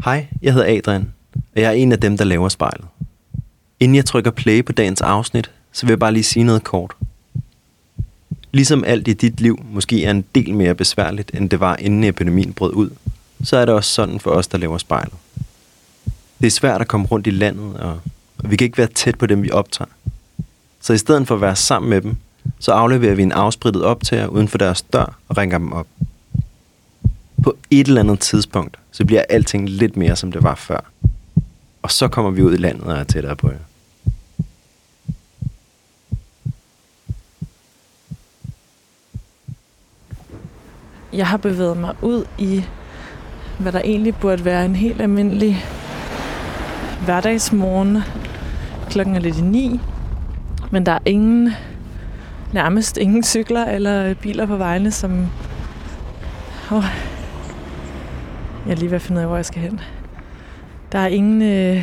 Hej, jeg hedder Adrian, og jeg er en af dem, der laver spejlet. Inden jeg trykker play på dagens afsnit, så vil jeg bare lige sige noget kort. Ligesom alt i dit liv måske er en del mere besværligt, end det var inden epidemien brød ud, så er det også sådan for os, der laver spejlet. Det er svært at komme rundt i landet, og vi kan ikke være tæt på dem, vi optager. Så i stedet for at være sammen med dem, så afleverer vi en afsprittet optager uden for deres dør og ringer dem op. På et eller andet tidspunkt, så bliver alting lidt mere, som det var før. Og så kommer vi ud i landet og er tættere på jer. Jeg har bevæget mig ud i, hvad der egentlig burde være en helt almindelig hverdagsmorgen. Klokken er lidt i 9, men der er nærmest ingen cykler eller biler på vejene, som... Jeg er lige ved at finde ud af, hvor jeg skal hen. Der er ingen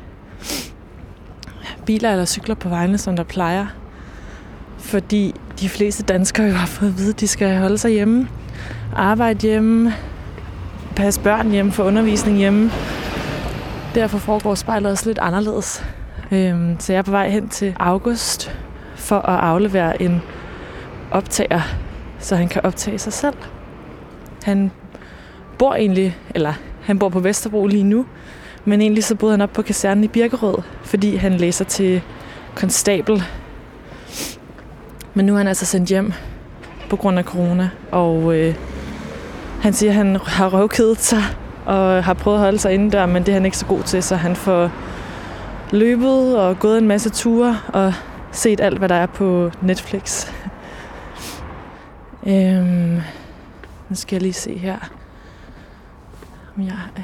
biler eller cykler på vejene, som der plejer. Fordi de fleste danskere jo har fået at vide, at de skal holde sig hjemme. Arbejde hjemme. Passe børn hjemme. Få undervisning hjemme. Derfor foregår spejlet også lidt anderledes. Så jeg er på vej hen til August for at aflevere en optager, så han kan optage sig selv. Han bor på Vesterbro lige nu, men egentlig så boede han op på kasernen i Birkerød, fordi han læser til konstabel. Men nu er han altså sendt hjem på grund af corona, og han siger, at han har røvkedet sig og har prøvet at holde sig indendør, men det er han ikke så god til, så han får løbet og gået en masse ture og set alt, hvad der er på Netflix. Nu skal jeg lige se her, om jeg er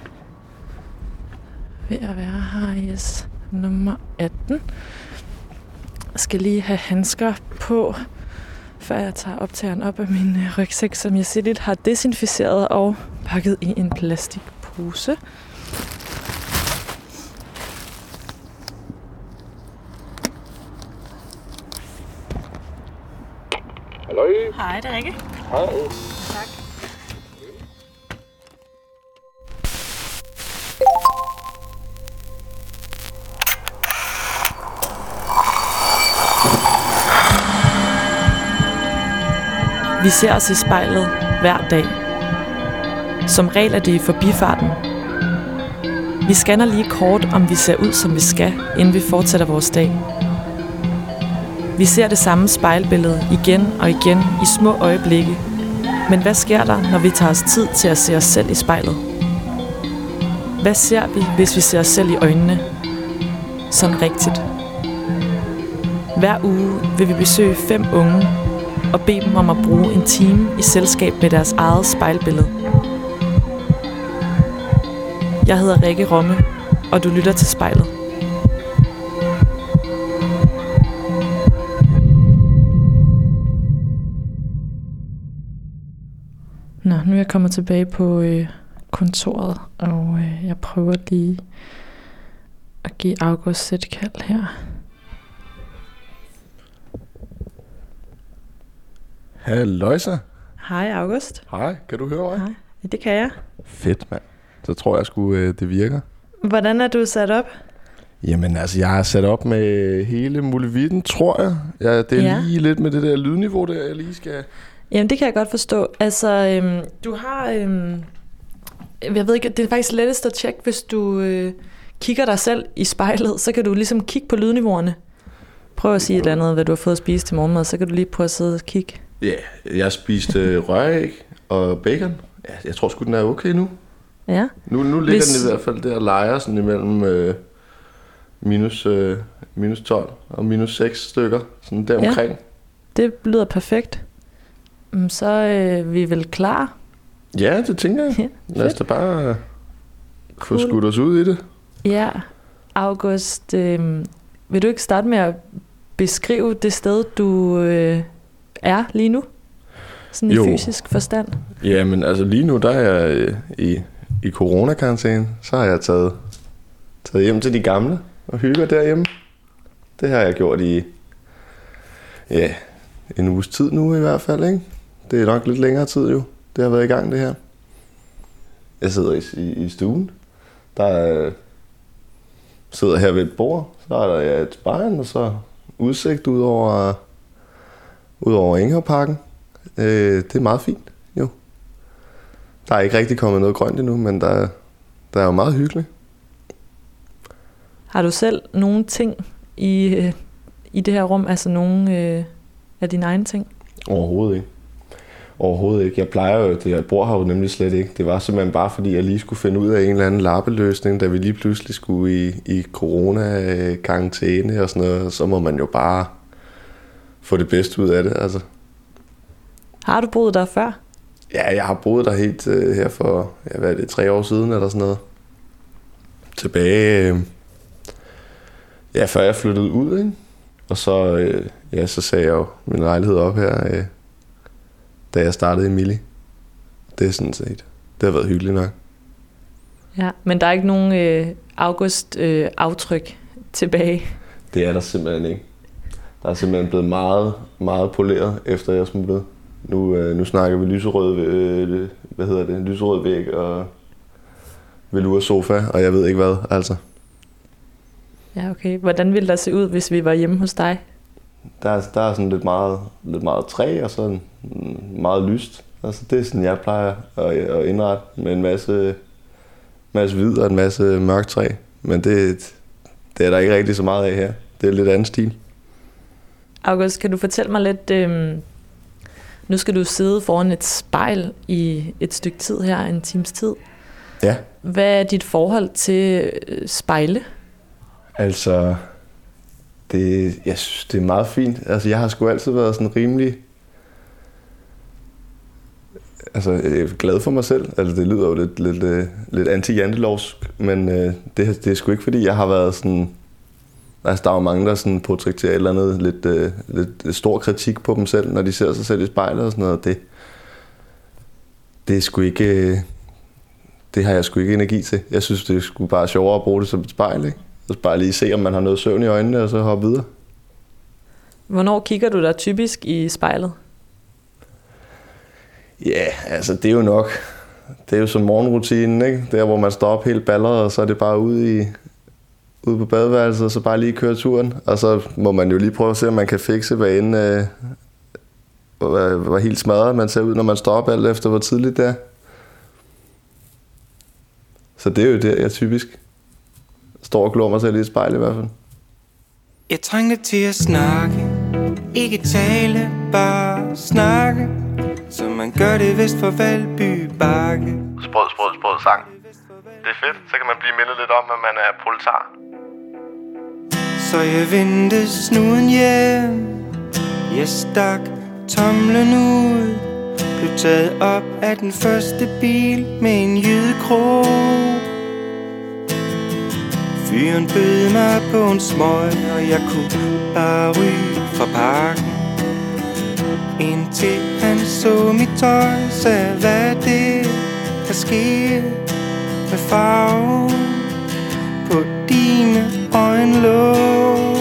ved at være her. Yes, nummer 18. Jeg skal lige have handsker på, før jeg tager optageren op af min rygsæk, som jeg lidt har desinficeret og pakket i en plastikpose. Hallo. Hej, det er Rikke. Hej. Tak. Vi ser os i spejlet hver dag. Som regel er det i forbifarten. Vi scanner lige kort, om vi ser ud, som vi skal, inden vi fortsætter vores dag. Vi ser det samme spejlbillede igen og igen i små øjeblikke. Men hvad sker der, når vi tager os tid til at se os selv i spejlet? Hvad ser vi, hvis vi ser os selv i øjnene? Sådan rigtigt. Hver uge vil vi besøge 5 unge og bede dem om at bruge en time i selskab med deres eget spejlbillede. Jeg hedder Rikke Romme, og du lytter til Spejlet. Nå, nu er jeg kommet tilbage på kontoret, og jeg prøver lige at give August et kald her. Halløjsa. Hej August. Hej, kan du høre mig? Hej. Ja, det kan jeg. Fedt, mand. Så tror jeg sgu, det virker. Hvordan er du sat op? Jamen altså, jeg er sat op med hele muligheden, tror jeg. Ja, det er lige lidt med det der lydniveau, der jeg lige skal... Jamen, det kan jeg godt forstå. Altså, du har... jeg ved ikke, det er faktisk lettest at tjekke, hvis du kigger dig selv i spejlet, så kan du ligesom kigge på lydniveauerne. Prøv at sige et eller andet, hvad du har fået at spise til morgenmad, så kan du lige prøve at sidde og kigge. Ja, jeg spiste røræg og bacon. Ja, jeg tror sgu, den er okay nu. Ja. Nu ligger den i hvert fald der og leger sådan imellem minus 12 og minus 6 stykker. Sådan der omkring. Ja, det lyder perfekt. Så er vi vel klar? Ja, det tænker jeg. Ja, lad os da bare få skudt os ud i det. Ja, August, vil du ikke starte med at beskrive det sted, du er lige nu? Sådan i fysisk forstand. Jamen, altså lige nu, der er jeg i coronakarantæne. Så har jeg taget hjem til de gamle og hygger derhjemme. Det har jeg gjort i en uges tid nu i hvert fald, ikke? Det er nok lidt længere tid jo. Det har været i gang, det her. Jeg sidder i stuen. Der sidder her ved et bord, så er der et spejl, og så udsigt ud over Enghavparken. Det er meget fint, jo. Der er ikke rigtig kommet noget grønt endnu, men der er jo meget hyggeligt. Har du selv nogle ting i det her rum, altså nogle af dine egne ting? Overhovedet ikke. Jeg plejer jo, det jeg bor her jo nemlig slet ikke. Det var simpelthen bare fordi, jeg lige skulle finde ud af en eller anden lappeløsning, da vi lige pludselig skulle i corona-karantæne og sådan noget. Så må man jo bare få det bedste ud af det, altså. Har du boet der før? Ja, jeg har boet der helt her for, 3 år siden eller sådan noget. Tilbage, før jeg flyttede ud, ikke? Og så, så sagde jeg jo min lejlighed op her, da jeg startede i Mili. Det er sådan set, det har været hyggeligt nok. Ja, men der er ikke nogen august-aftryk tilbage? Det er der simpelthen ikke. Der er simpelthen blevet meget, meget poleret, efter jeg smuttede. Nu snakker vi lyserød væg og velour-sofa, og jeg ved ikke hvad, altså. Ja, okay. Hvordan ville der se ud, hvis vi var hjemme hos dig? Der er sådan lidt meget træ og sådan meget lyst. Altså det er sådan, jeg plejer at indrette med en masse hvid og en masse mørkt træ. Men det er der ikke rigtig så meget af her. Det er lidt anden stil. August, kan du fortælle mig lidt... Nu skal du sidde foran et spejl i et stykke tid her, en times tid. Ja. Hvad er dit forhold til spejle? Altså, jeg synes, det er meget fint. Altså, jeg har sgu altid været sådan rimelig... Altså, jeg er glad for mig selv. Altså, det lyder jo lidt anti-jantelovsk, men det er sgu ikke, fordi jeg har været sådan... Altså, der er jo mange, der sådan portrætterer et eller andet lidt stor kritik på dem selv, når de ser sig selv i spejlet og sådan noget. Det er sgu ikke... Det har jeg sgu ikke energi til. Jeg synes, det er sgu bare sjovere at bruge det som et spejl, ikke? Så bare lige se, om man har noget søvn i øjnene, og så hoppe videre. Hvornår kigger du der typisk i spejlet? Ja, altså det er jo nok... Det er jo som morgenrutinen, ikke? Der, hvor man står op helt balleret, og så er det bare ude på badeværelset, og så bare lige køre turen. Og så må man jo lige prøve at se, om man kan fikse, hvad end hvor helt smadret man ser ud, når man står op, alt efter hvor tidligt det er. Så det er jo det, jeg typisk står og glor mig selv i et spejl i hvert fald. Jeg trængte til at snakke, ikke tale, bare snakke, som man gør det vest for Valby Bakke. Sprød sang. Det er fedt, så kan man blive mindet lidt om, at man er proletar. Så jeg vendte snuden hjem, jeg stak tomlen ud, blev taget op af den første bil med en jydekrog. Fyren bød mig på en smøg, og jeg kunne bare ryge fra parken. Indtil han så mit tøj, sagde, hvad er det, der sker med farve på dine øjenlåg?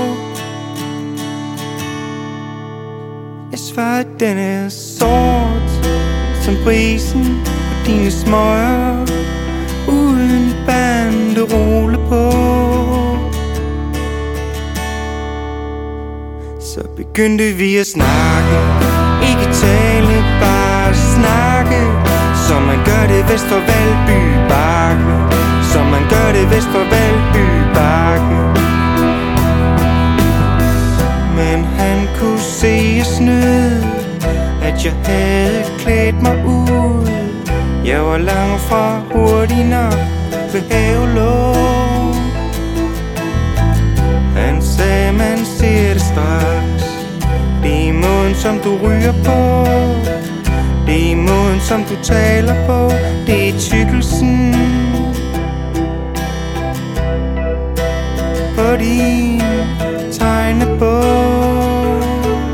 Jeg svarede, den er sort som brisen på dine smøger, uden banderole på. Så begyndte vi at snakke, ikke tale, bare snakke, som man gør det vest for Valby Bakke, som man gør det vest for Valby Bakke. Men han kunne se og snyde, at jeg havde klædt mig ud. Jeg var langt fra hurtig nok ved havelåg. Han sagde, man ser det straks. Det er måden, som du ryger på, det er måden, som du taler på, det er tykkelsen på din tegnebog.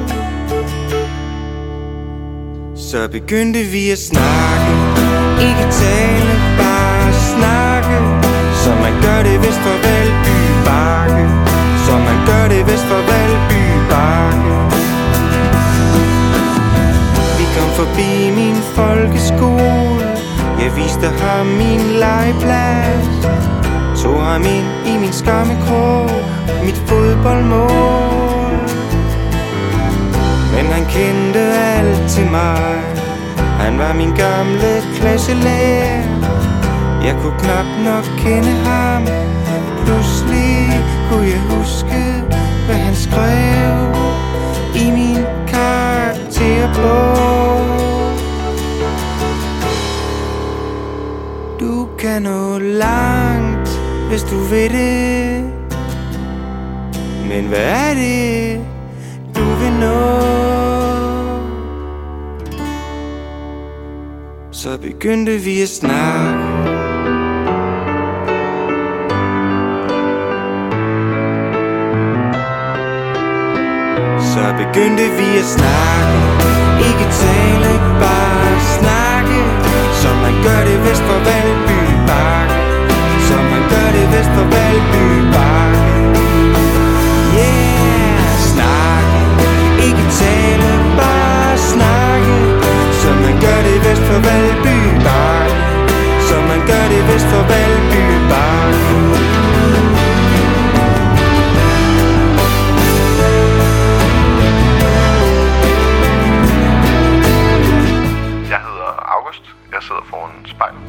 Så begyndte vi at snakke, ikke tale, bare snakke, som man gør det vest for Valby Bakke, som man gør det vest for Valby Bakke. Vi kom forbi min folkeskole, jeg viste ham min legeplads. tog ham ind i min skammekrog, mit fodboldmål. Men han kendte alt til mig. Han var min gamle klasselærer. Jeg kunne knap nok kende ham. Pludselig kunne jeg huske, hvad han skrev i min karakterbog. Du kan nå langt, hvis du vil det. Men hvad er det, du vil nå? Så begyndte vi at snakke. Så begyndte vi at snakke. Ikke tale, bare snakke. Som man gør det vest for Valby Bakke. Som man gør det vest for Valby Bakke. Yeah, snakke. Ikke tale, bare snakke. Som man gør det vest for Valby Bakke. Som man gør det vest for Valby Bakke. Jeg sidder foran spejlet.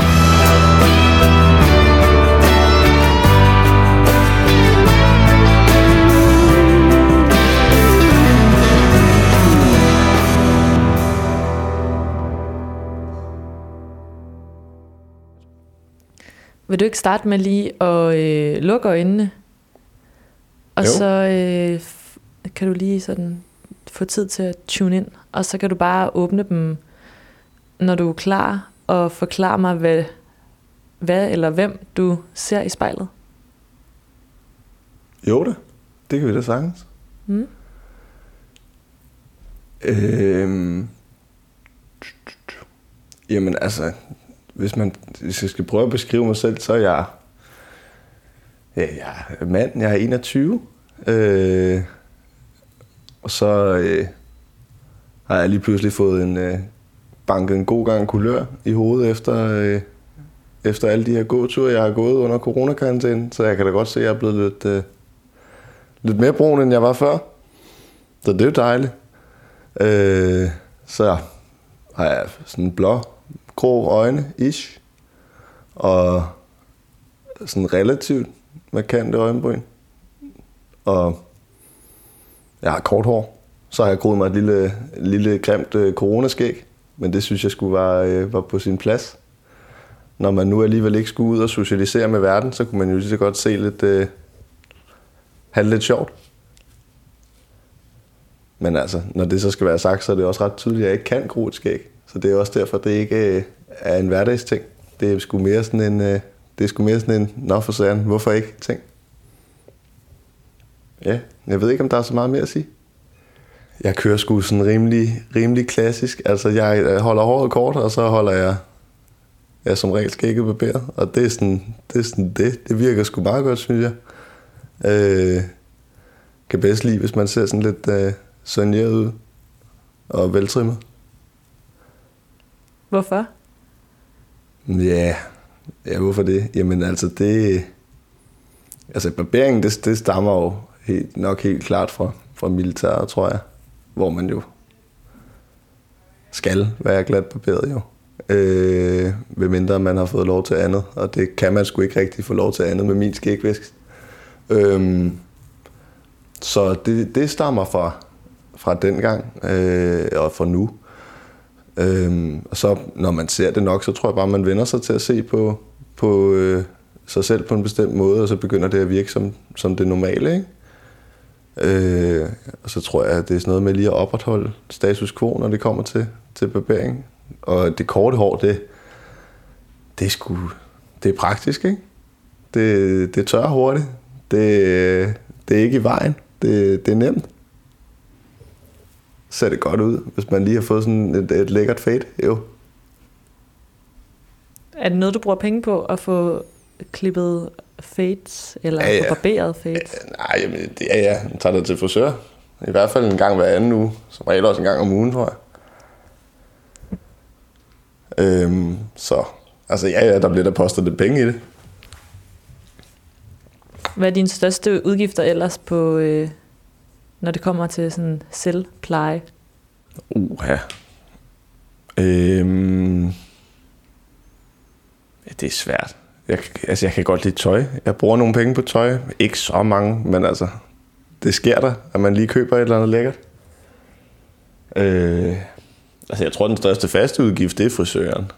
Vil du ikke starte med lige at lukke øjnene? Og jo. Så kan du lige sådan få tid til at tune ind. Og så kan du bare åbne dem, når du er klar, og forklare mig, hvad eller hvem du ser i spejlet. Jo da, det kan vi da sagtens. Jamen altså, hvis jeg skal prøve at beskrive mig selv, så er jeg er mand, jeg er 21. Og så har jeg lige pludselig fået banket en god gang kulør i hovedet efter alle de her gåture, jeg har gået under coronakarantænen. Så jeg kan da godt se, at jeg er blevet lidt mere brun, end jeg var før. Så det er jo dejligt. Så har jeg sådan blå-grå øjne-ish. Og sådan relativt markante øjenbryn. Og jeg har kort hår. Så har jeg groet mig et lille grimt coronaskæg. Men det synes jeg skulle var på sin plads. Når man nu alligevel ikke skulle ud og socialisere med verden, så kunne man jo lige så godt se lidt, have det lidt sjovt. Men altså, når det så skal være sagt, så er det også ret tydeligt, at jeg ikke kan gro et skæg. Så det er også derfor, det ikke er en hverdagsting. Det er sgu mere sådan en, nå for sagen, hvorfor ikke ting. Ja, jeg ved ikke, om der er så meget mere at sige. Jeg kører sgu sådan rimelig klassisk. Altså, jeg holder håret kort, og så holder jeg som regel skægget barberet. Og det er sådan det. Det virker sgu meget godt, synes jeg. Kan bedst lide, hvis man ser sådan lidt soigneret ud og veltrimmet. Hvorfor? Ja, hvorfor det? Jamen altså, barberingen, det stammer jo nok helt klart fra militæret, tror jeg. Hvor man jo skal være glat barberet jo. Ved mindre man har fået lov til andet. Og det kan man sgu ikke rigtig få lov til andet med min skægvækst. Så det stammer fra dengang og fra nu. Og så når man ser det nok, så tror jeg bare, man vender sig til at se på sig selv på en bestemt måde, og så begynder det at virke som det normale, ikke? Og så tror jeg, at det er sådan noget med lige at opretholde status quo, når det kommer til barbering. Og det korte hår, det er praktisk, ikke? Det tørrer hurtigt. Det er ikke i vejen. Det er nemt. Ser det godt ud, hvis man lige har fået sådan et lækkert fade, jo. Er det noget, du bruger penge på at få klippet fades, eller få barberet fades? Nej, jamen, det er jeg. Jeg tager det til frisør. I hvert fald en gang hver anden uge. Som regel også en gang om ugen, tror jeg. Så, altså ja, der bliver der postet lidt penge i det. Hvad er dine største udgifter ellers på, når det kommer til sådan selvpleje? Ja. Det er svært. Jeg kan godt lide tøj. Jeg bruger nogle penge på tøj. Ikke så mange, men altså, det sker der, at man lige køber et eller andet lækkert. Jeg tror, den største faste udgift, det er frisøren.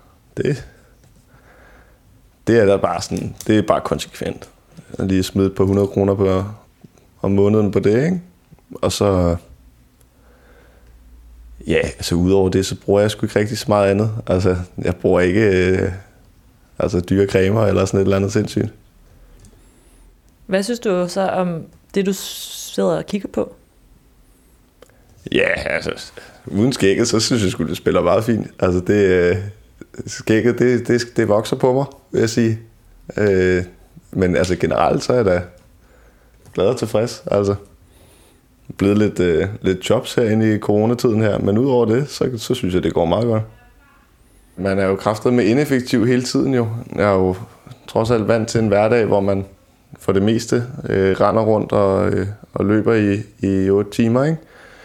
Det er der bare sådan, det er bare konsekvent. Jeg lige smidt på 100 kroner om måneden på det, ikke? Og så, ja, altså udover det, så bruger jeg sgu ikke rigtig så meget andet. Altså, jeg bruger ikke dyre cremer eller sådan et eller andet sindssygt. Hvad synes du så om det, du sidder og kigger på? Ja, altså, uden skægget, så synes jeg sgu, det spiller meget fint. Altså, skægget, det vokser på mig, vil jeg sige. Men altså, generelt, så er jeg da glad og tilfreds. Altså, blevet lidt jobs herinde i coronatiden her, men udover det, så synes jeg, det går meget godt. Man er jo kraftet med ineffektiv hele tiden jo. Jeg er jo trods alt vant til en hverdag, hvor man for det meste render rundt og løber i 8 timer, ikke?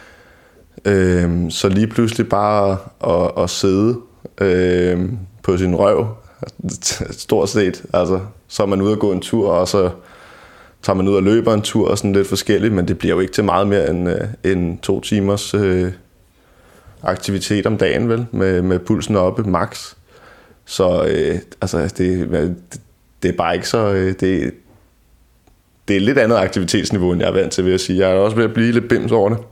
Så lige pludselig bare at sidde på sin røv, stort set, altså, så er man ude at gå en tur, og så tager man ud og løber en tur og sådan lidt forskelligt, men det bliver jo ikke til meget mere end 2 timers aktivitet om dagen, vel, med pulsen oppe max. Så altså, det er bare ikke så, det er et lidt andet aktivitetsniveau, end jeg er vant til, vil jeg sige. Jeg er også ved at blive lidt bims over det.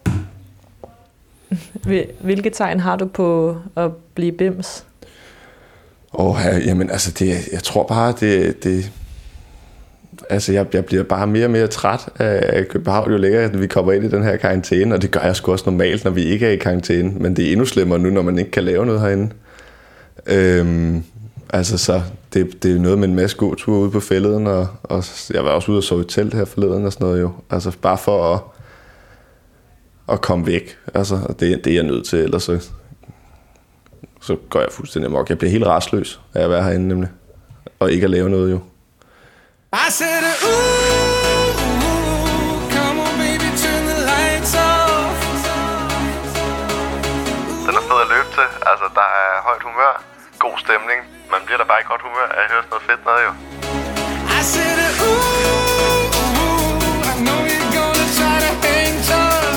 Hvilke tegn har du på at blive bims? Jamen altså, jeg tror bare, altså jeg bliver bare mere og mere træt af København, jo længere vi kommer ind i den her karantæne, og det gør jeg sgu også normalt, når vi ikke er i karantæne, men det er endnu slemmere nu, når man ikke kan lave noget herinde. Altså så, det er noget med en masse gåture ude på fælleden, og jeg var også ude og sove i telt her forleden og sådan noget jo, altså bare for at komme væk, altså, og det er jeg nødt til, ellers så går jeg fuldstændig amok. Jeg bliver helt rastløs af at være herinde nemlig, og ikke at lave noget jo. I said, come on baby, turn the lights off. Den er fed at løbe til. Altså, der er højt humør, god stemning. Man bliver da bare i godt humør af at høre sådan noget fedt noget jo. I said, I know you're gonna try to hang tough.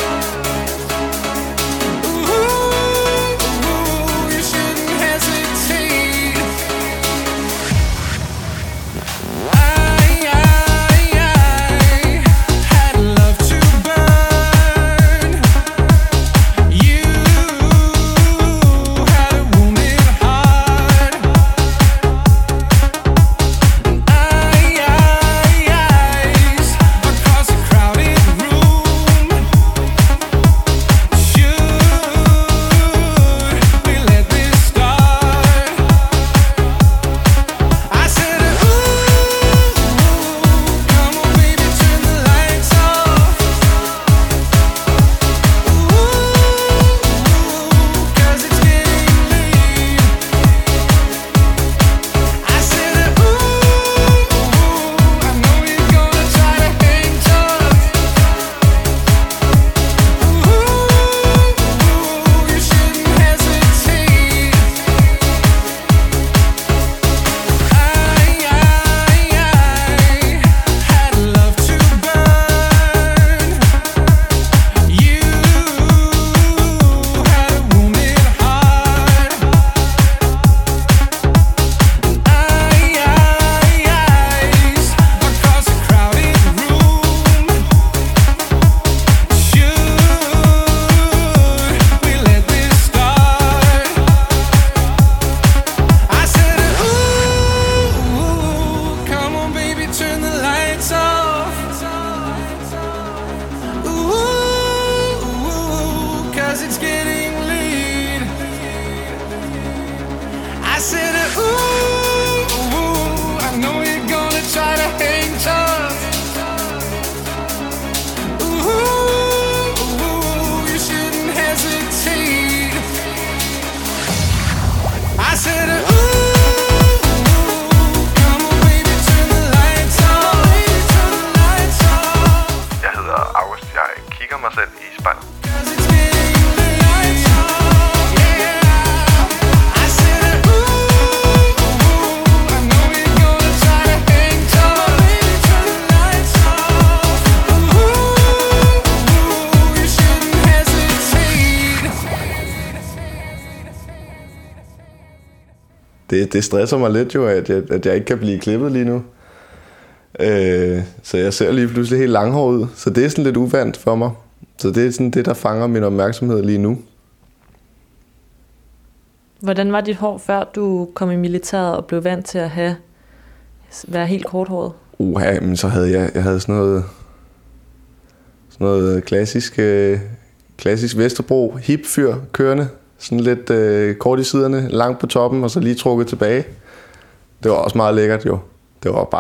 You shouldn't hesitate. I said, come on baby, turn the lights off. det stresser mig lidt jo, at jeg ikke kan blive klippet lige nu. Så jeg ser lige pludselig helt langhåret ud. Så det er sådan lidt uvant for mig. Så det er sådan det, der fanger min opmærksomhed lige nu. Hvordan var dit hår, før du kom i militæret og blev vant til at være helt korthåret? Men så havde jeg havde sådan noget klassisk Vesterbro hipfyr kørende. Sådan lidt kort i siderne, langt på toppen, og så lige trukket tilbage. Det var også meget lækkert jo. Det var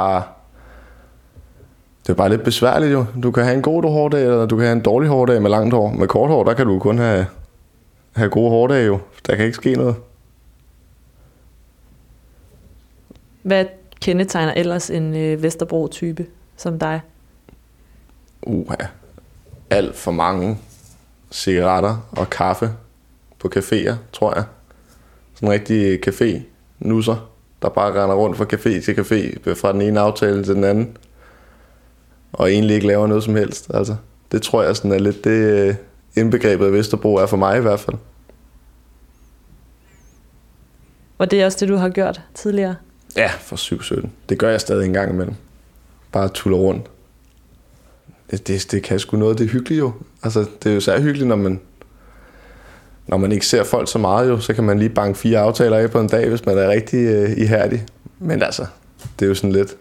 bare lidt besværligt jo. Du kan have en god hårdag, eller du kan have en dårlig hårdag med langt hår. Med kort hår, der kan du kun have gode hårdage jo. Der kan ikke ske noget. Hvad kendetegner ellers en Vesterbro-type som dig? Alt for mange cigaretter og kaffe på caféer, tror jeg. Sådan en rigtig café-nusser, der bare render rundt fra café til café, fra den ene aftale til den anden. Og egentlig ikke laver noget som helst. Altså, det tror jeg sådan er lidt det indbegrebet af Vesterbro er for mig i hvert fald. Og det er også det, du har gjort tidligere? Ja, for 7-17. Det gør jeg stadig en gang imellem. Bare tuller rundt. Det kan sgu noget, det er hyggeligt jo. Altså, det er jo så hyggeligt, når man ikke ser folk så meget jo, så kan man lige banke 4 aftaler af på en dag, hvis man er rigtig ihærdig. Men altså, det er jo sådan lidt.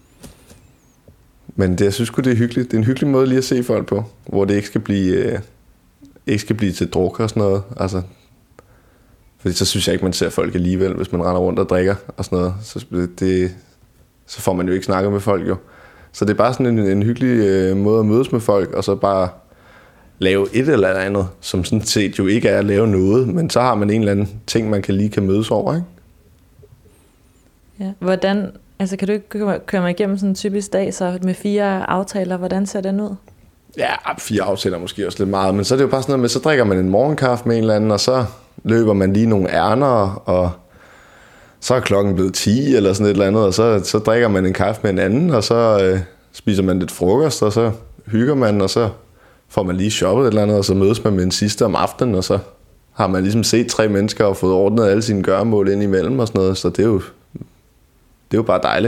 Men jeg synes sgu, det er hyggeligt. Det er en hyggelig måde lige at se folk på, hvor det ikke skal blive til druk og sådan noget. Altså, fordi så synes jeg ikke, man ser folk alligevel, hvis man render rundt og drikker og sådan noget. Så får man jo ikke snakket med folk jo. Så det er bare sådan en hyggelig måde at mødes med folk, og så bare lave et eller andet, som sådan set jo ikke er at lave noget, men så har man en eller anden ting, man kan mødes over, ikke? Ja, hvordan, altså kan du ikke køre mig igennem sådan en typisk dag, så med 4 aftaler, hvordan ser den ud? Ja, 4 aftaler måske også lidt meget, men så er det jo bare sådan noget med, så drikker man en morgenkaffe med en eller anden, og så løber man lige nogle ærner, og så er klokken blevet 10 eller sådan et eller andet, og så drikker man en kaffe med en anden, og så spiser man lidt frokost, og så hygger man, og så får man lige shoppet et eller andet, og så mødes man med en sidste om aftenen, og så har man ligesom set 3 mennesker og fået ordnet alle sine gøremål ind imellem og sådan noget, så det er jo bare dejligt.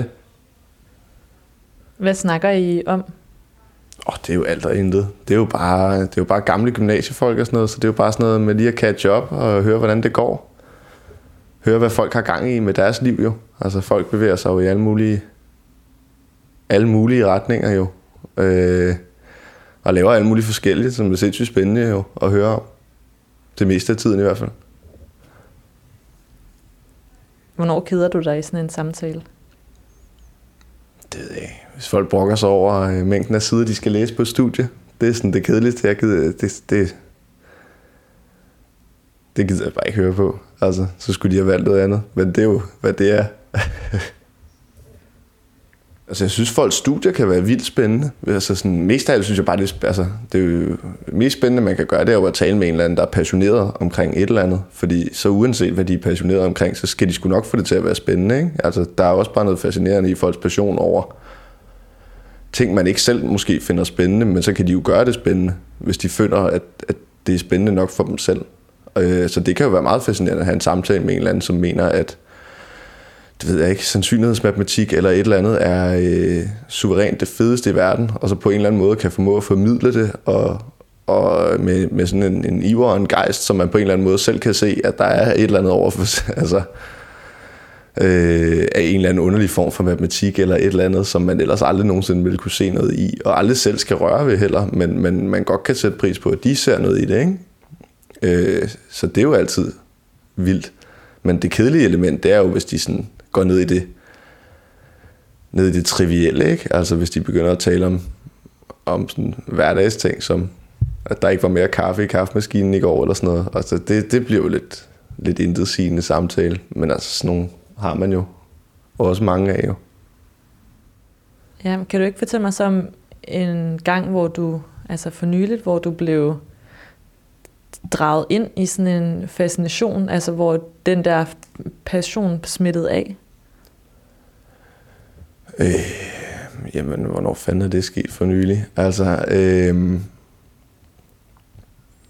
Hvad snakker I om? Det er jo alt og intet. Det er jo bare gamle gymnasiefolk og sådan noget, så det er jo bare sådan noget med lige at catch up og høre, hvordan det går. Høre, hvad folk har gang i med deres liv jo. Altså folk bevæger sig jo i alle mulige retninger jo. Og laver alle mulige forskellige, som er sindssygt spændende jo at høre om. Det meste af tiden i hvert fald. Hvornår keder du dig i sådan en samtale? Det ved jeg ikke. Hvis folk brokker sig over mængden af sider, de skal læse på et studie. Det er sådan det kedeligste, jeg gider. Det gider jeg bare ikke høre på. Altså, så skulle de have valgt noget andet. Men det er jo, hvad det er. Altså, jeg synes, folks studier kan være vildt spændende. Altså, sådan, mest af alt synes jeg bare, det er jo mest spændende, man kan gøre, det er jo at tale med en eller anden, der er passioneret omkring et eller andet. Fordi så uanset, hvad de er passioneret omkring, så skal de sgu nok få det til at være spændende, ikke? Altså, der er også bare noget fascinerende i folks passion over ting, man ikke selv måske finder spændende, men så kan de jo gøre det spændende, hvis de finder, at det er spændende nok for dem selv. Så det kan jo være meget fascinerende at have en samtale med en eller anden, som mener, at det ved jeg ikke, sandsynlighedsmatematik eller et eller andet er suverænt det fedeste i verden, og så på en eller anden måde kan formå at formidle det, og med sådan en iver og en gejst, som man på en eller anden måde selv kan se, at der er et eller andet overfor, altså af en eller anden underlig form for matematik, eller et eller andet, som man ellers aldrig nogensinde ville kunne se noget i, og aldrig selv skal røre ved heller, men man godt kan sætte pris på, at de ser noget i det, ikke? Så det er jo altid vildt. Men det kedelige element, det er jo, hvis de sådan går ned i det trivielle, ikke? Altså hvis de begynder at tale om sådan hverdagsting, som at der ikke var mere kaffe i kaffemaskinen i går, eller sådan noget. Altså det bliver jo lidt intetsigende samtale. Men altså sådan nogle har man jo også mange af jo. Ja, kan du ikke fortælle mig så om en gang, hvor du, altså for nyligt, hvor du blev draget ind i sådan en fascination, altså hvor den der passion smittede af? Jamen, hvornår fanden er det sket for nylig? Altså,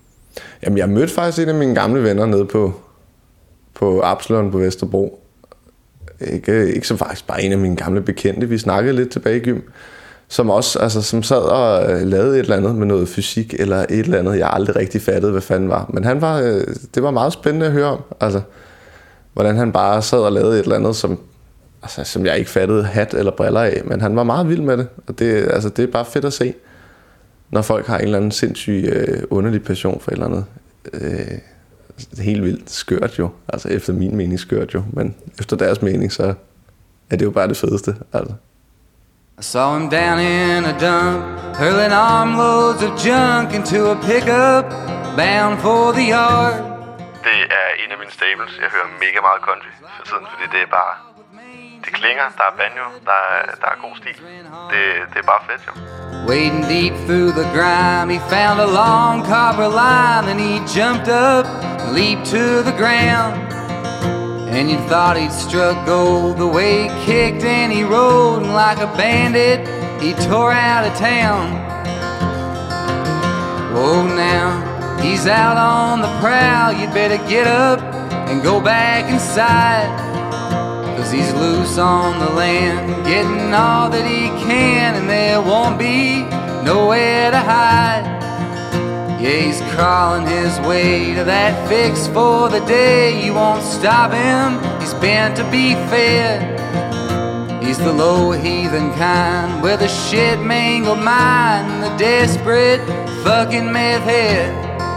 jamen, jeg mødte faktisk en af mine gamle venner nede på Absalon på Vesterbro, ikke som faktisk bare en af mine gamle bekendte. Vi snakkede lidt tilbage i gym, som også, altså, som sad og lavede et eller andet med noget fysik, eller et eller andet, jeg aldrig rigtig fattede, hvad fanden var. Men det var meget spændende at høre om, altså, hvordan han bare sad og lavede et eller andet, som jeg ikke fattede hat eller briller af, men han var meget vild med det, og det er bare fedt at se, når folk har en eller anden sindssyg underlig passion for et eller andet. Helt vildt skørt jo, altså efter min mening skørt jo, men efter deres mening, så er det jo bare det fedeste, altså. I saw him down in a dump, hurling armloads of junk into a pickup, bound for the yard. Det er en af mine staples. Jeg hører mega meget country for tiden, fordi det er bare... Det klinger, der er banjo, der er god stil. Det er bare fedt, jo. Wading deep through the grime, he found a long copper line, and he jumped up and leaped to the ground. And you thought he'd struck gold the way he kicked and he rode, and like a bandit he tore out of town. Whoa, now he's out on the prowl. You better get up and go back inside, 'cause he's loose on the land, getting all that he can, and there won't be nowhere to hide. Yeah, he's crawling his way to that fix for the day. You won't stop him, he's bent to be fed. He's the low heathen kind, with a shit mangled mind, the desperate fucking meth head.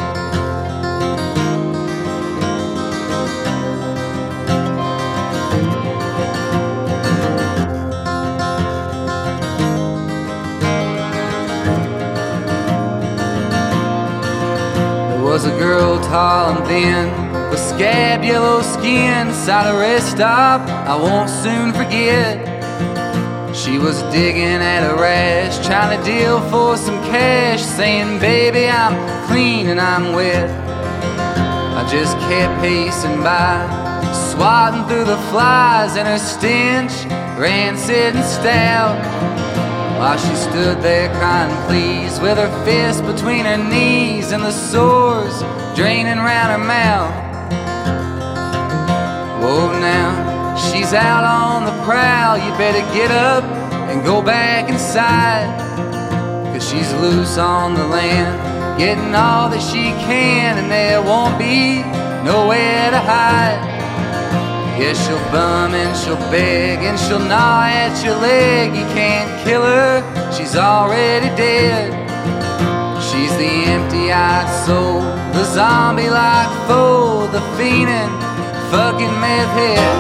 Was a girl tall and thin, with scab yellow skin, side a rest stop I won't soon forget. She was digging at a rash, trying to deal for some cash, saying, baby, I'm clean and I'm wet. I just kept pacing by, swatting through the flies, and her stench rancid and stout, while she stood there crying please, with her fist between her knees and the sores draining round her mouth. Whoa, now she's out on the prowl. You better get up and go back inside, 'cause she's loose on the land, getting all that she can, and there won't be nowhere to hide. Yeah, she'll bum and she'll beg and she'll gnaw at your leg. You can't kill her, she's already dead. She's the empty-eyed soul, the zombie-like foe, the fiending fucking meth head.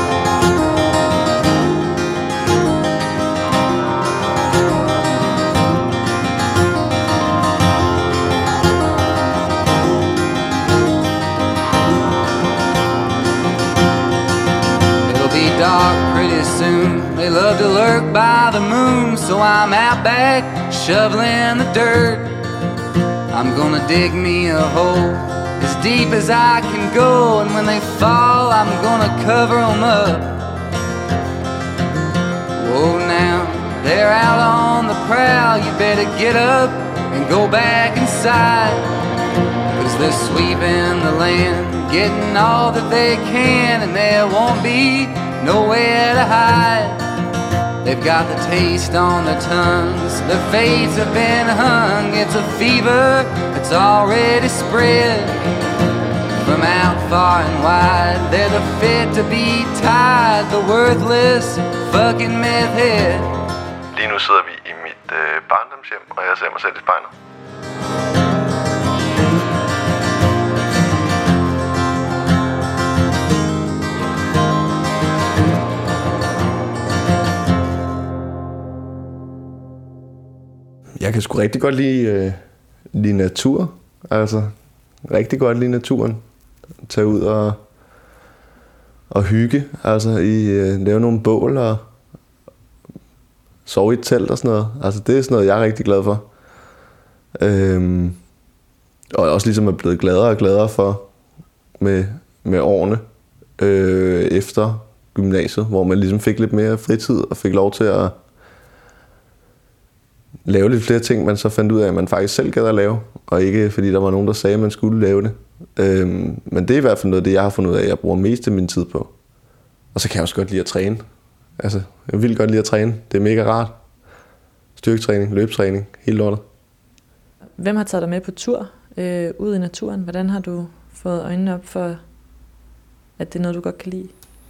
Dark pretty soon. They love to lurk by the moon, so I'm out back shoveling the dirt. I'm gonna dig me a hole as deep as I can go, and when they fall I'm gonna cover them up. Whoa, now they're out on the prowl. You better get up and go back inside, 'cause they're sweeping the land, getting all that they can, and there won't be nowhere to hide. They've got the taste on their tongues, their fates have been hung. It's a fever that's already spread from out far and wide. They're the fit to be tied, the worthless fucking meth head. Lige nu sidder vi i mit barndomshjem, og jeg ser mig selv i spejlet. Jeg kan sgu rigtig godt lide natur. Altså, rigtig godt lide naturen. Tage ud og hygge. Altså, lave nogle bål og sove i et telt og sådan noget. Altså, det er sådan noget, jeg er rigtig glad for. Og også ligesom er blevet gladere og gladere for med årene efter gymnasiet, hvor man ligesom fik lidt mere fritid og fik lov til at lave lidt flere ting, man så fandt ud af, at man faktisk selv gad at lave, og ikke fordi der var nogen, der sagde, at man skulle lave det. Men det er i hvert fald noget, det jeg har fundet ud af, at jeg bruger mest af min tid på. Og så kan jeg også godt lide at træne. Altså, jeg vil godt lide at træne. Det er mega rart. Styrketræning, løbetræning, hele lortet. Hvem har taget dig med på tur ud i naturen? Hvordan har du fået øjnene op for, at det er noget, du godt kan lide?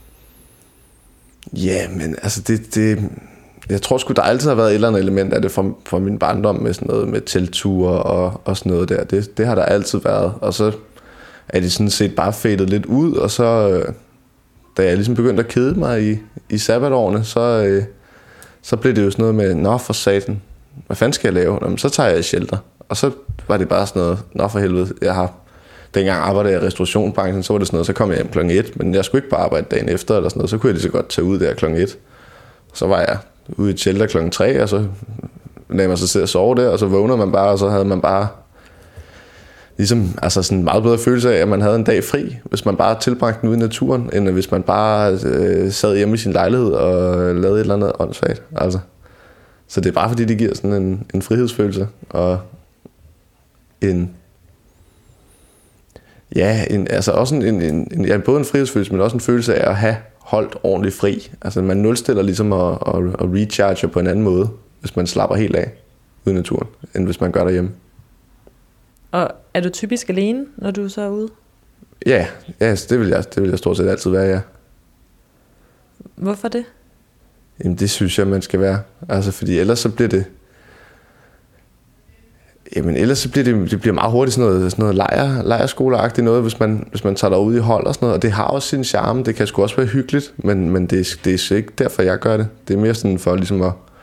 Ja, men altså jeg tror sgu, der altid har været et eller andet element af det fra min barndom med sådan noget med teltture og sådan noget der. Det har der altid været. Og så er det sådan set bare fadet lidt ud, og så da jeg ligesom begyndte at kede mig i sabbatårene, så blev det jo sådan noget med, nå for satan, hvad fanden skal jeg lave? Nå, så tager jeg et shelter. Og så var det bare sådan noget, nå for helvede, dengang arbejdede jeg i restaurationsbranchen, så var det sådan noget, så kom jeg hjem klokken 1, men jeg skulle ikke bare arbejde dagen efter eller sådan noget, så kunne jeg lige så godt tage ud der klokken 1. Så var jeg ude i et shelter klokken 3, og så lagde man sig til at sove der, og så vågner man bare, og så havde man bare ligesom, altså sådan en meget bedre følelse af, at man havde en dag fri, hvis man bare tilbragte den ude i naturen, end hvis man bare sad hjemme i sin lejlighed og lavede et eller andet åndssvagt. Altså. Så det er bare fordi, det giver sådan en frihedsfølelse, og også både en frihedsfølelse, men også en følelse af at have holdt ordentligt fri. Altså man nulstiller ligesom at recharge på en anden måde, hvis man slapper helt af ude i naturen, end hvis man gør derhjemme. Og er du typisk alene, når du så er ude? Ja, det vil jeg stort set altid være, ja. Hvorfor det? Jamen det synes jeg, man skal være. Altså fordi ellers så bliver det... Jamen ellers så bliver det bliver meget hurtigt sådan noget lejerskoleagtigt noget, hvis man tager derud i hold og sådan noget. Og det har også sin charme, det kan sgu også være hyggeligt, men det er ikke derfor, jeg gør det. Det er mere sådan for ligesom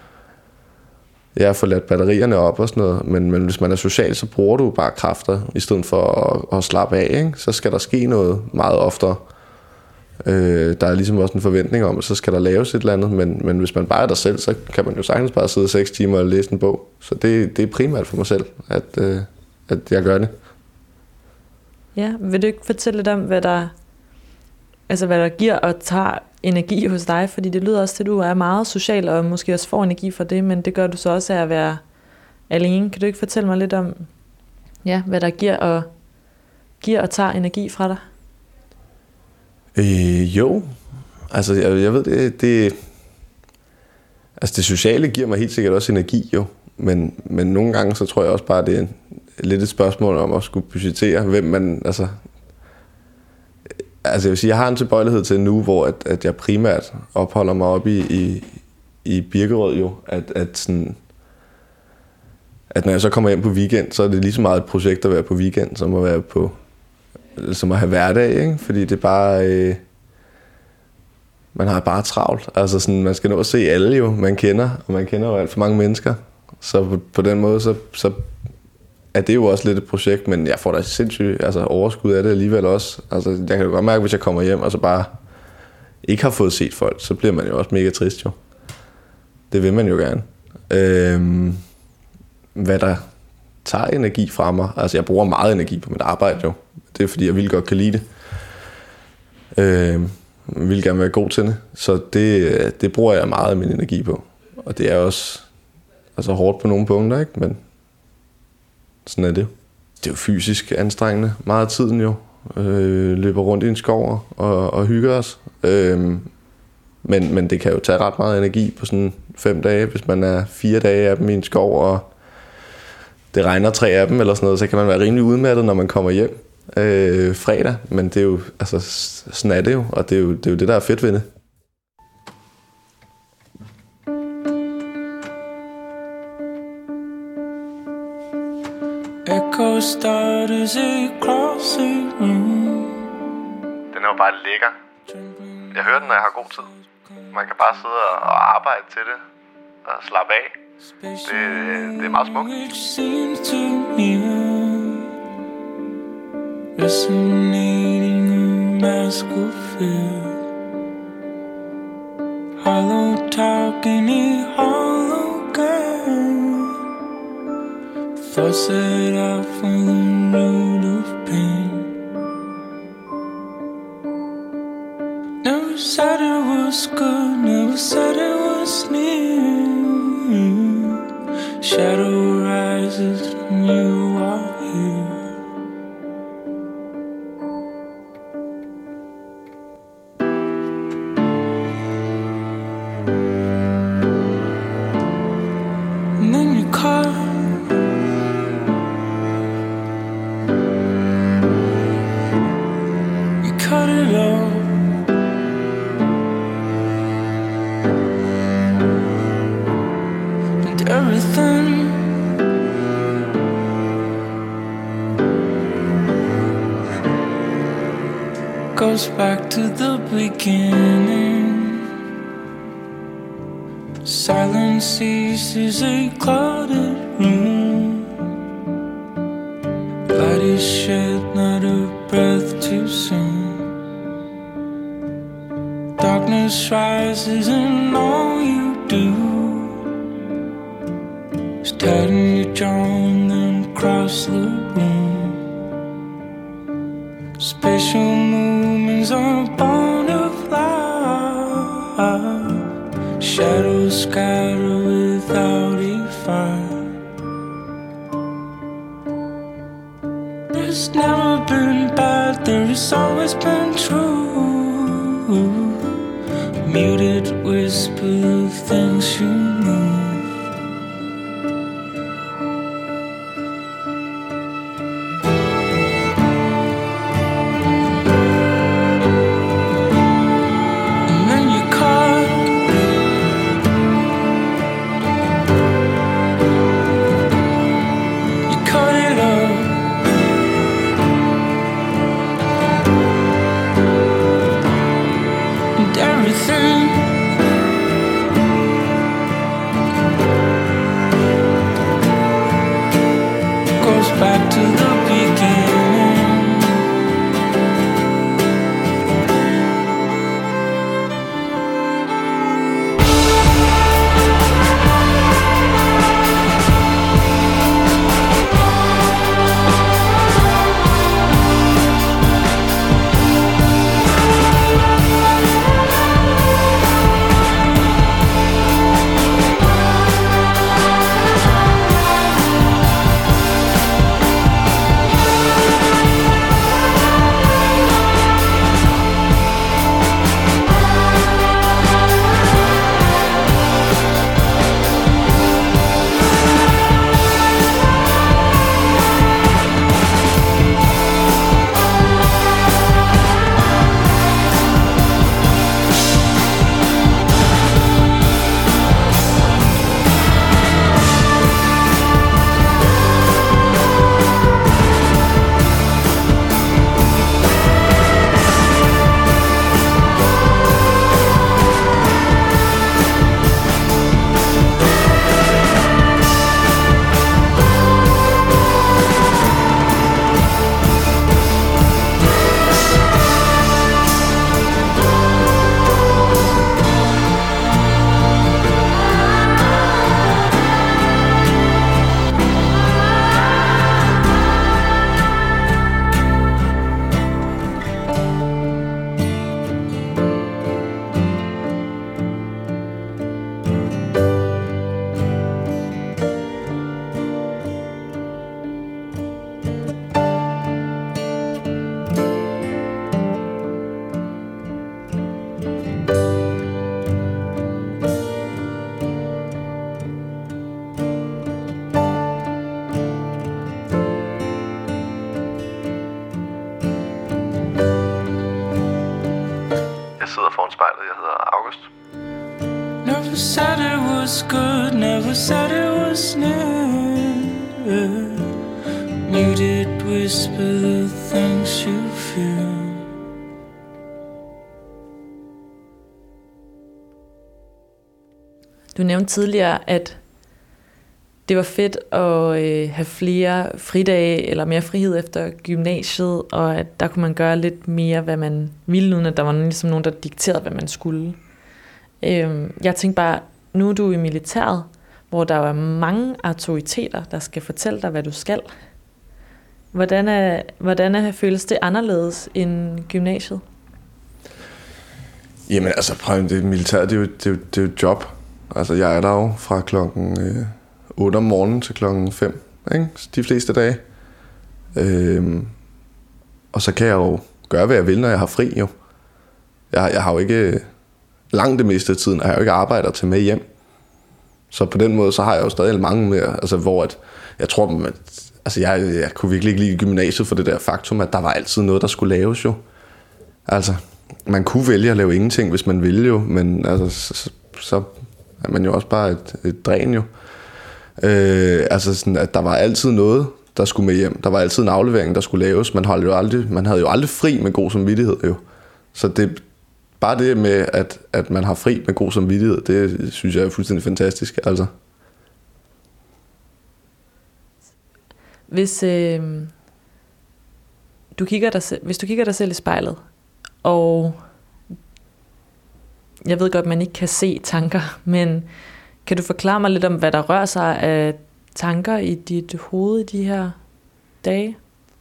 at få ladt batterierne op og sådan noget. Men hvis man er social, så bruger du bare kræfter, i stedet for at slappe af, ikke? Så skal der ske noget meget oftere. Der er ligesom også en forventning om, at så skal der laves et eller andet, men hvis man bare er der selv, så kan man jo sagtens bare sidde 6 timer og læse en bog. Så det er primært for mig selv, at jeg gør det. Ja, vil du ikke fortælle lidt om, hvad der giver og tager energi hos dig? Fordi det lyder også til, at du er meget social og måske også får energi fra det, men det gør du så også af at være alene. Kan du ikke fortælle mig lidt om, hvad der giver og tager energi fra dig? Jo, altså jeg ved det altså det sociale giver mig helt sikkert også energi jo, men nogle gange så tror jeg også bare det er lidt et spørgsmål om at skulle budgettere hvem man altså jeg vil sige, jeg har en tilbøjelighed til nu, hvor at jeg primært opholder mig oppe i Birkerød jo, at når jeg så kommer hjem på weekend, så er det lige så meget et projekt at være på weekend som at være som at have hverdag, ikke? Fordi det er bare man har bare travlt. Altså sådan, man skal nå at se alle jo, man kender, og man kender jo alt for mange mennesker. Så på den måde, så er det jo også lidt et projekt, men jeg får da sindssygt overskud af det alligevel også. Altså, jeg kan jo godt mærke, hvis jeg kommer hjem og så bare ikke har fået set folk, så bliver man jo også mega trist jo. Det vil man jo gerne. Hvad der tager energi fra mig. Altså, jeg bruger meget energi på mit arbejde jo. Det er fordi, jeg virkelig godt kan lide det. Jeg vil gerne være god til det. Så det bruger jeg meget af min energi på. Og det er også hårdt på nogle punkter, ikke? Men sådan er det. Det er jo fysisk anstrengende. Meget af tiden jo. Løber rundt i en skov og hygger os. Men det kan jo tage ret meget energi på sådan 5 dage. Hvis man er 4 dage af dem i en skov, og det regner 3 af dem eller sådan noget, så kan man være rimelig udmattet, når man kommer hjem fredag. Men det er jo, sådan er det jo, og det er jo det, der er fedt ved det. Echo starters across the room. Den er jo bare lækker. Jeg hører den, når jeg har god tid. Man kan bare sidde og arbejde til det og slappe af. Det er meget smukt. Resonating a mask of fear. Hollow talking a hologram. Thoughts set out from the road of pain. Never said it was good, never said it was near. Shadow rises when you are here. goes back to the beginning. Silence ceases a clouded room. Light is shed, not a breath too soon. Darkness rises and all you do is tighten your jaw and then cross the room. Special movements are born of light. Shadows scatter without a fight. There's never been bad, there has always been true. Muted whisper of things you know. Back to the beginning. sidder foran spejlet. Jeg hedder August. Never said it was good, never said it was near. Muted whisper the things you fear. Du nævnte tidligere, at det var fedt at have flere fridage eller mere frihed efter gymnasiet, og at der kunne man gøre lidt mere, hvad man ville, uden at der var ligesom nogen, der dikterede, hvad man skulle. Jeg tænkte bare, nu er du i militæret, hvor der er mange autoriteter, der skal fortælle dig, hvad du skal. Hvordan føles det anderledes end gymnasiet? Jamen altså, det militæret, det er jo et job. Altså, jeg er der jo fra klokken 8 om morgenen til klokken 5, ikke? De fleste dage. Og så kan jeg jo gøre, hvad jeg vil, når jeg har fri, jo. Jeg har jo ikke langt det meste af tiden, og jeg har jo ikke arbejder til med hjem. Så på den måde, så har jeg jo stadig mange mere, altså hvor at, jeg tror, altså jeg kunne virkelig ikke lide gymnasiet for det der faktum, at der var altid noget, der skulle laves jo. Altså, man kunne vælge at lave ingenting, hvis man ville jo, men altså, så er man jo også bare et dræn jo. Altså sådan, at der var altid noget, der skulle med hjem. Der var altid en aflevering, der skulle laves. Man havde jo aldrig fri med god samvittighed jo. Så det bare det med, at man har fri med god samvittighed, det synes jeg er fuldstændig fantastisk. Altså. Hvis du kigger dig selv i spejlet, og jeg ved godt, at man ikke kan se tanker, men kan du forklare mig lidt om, hvad der rører sig af tanker i dit hoved i de her dage?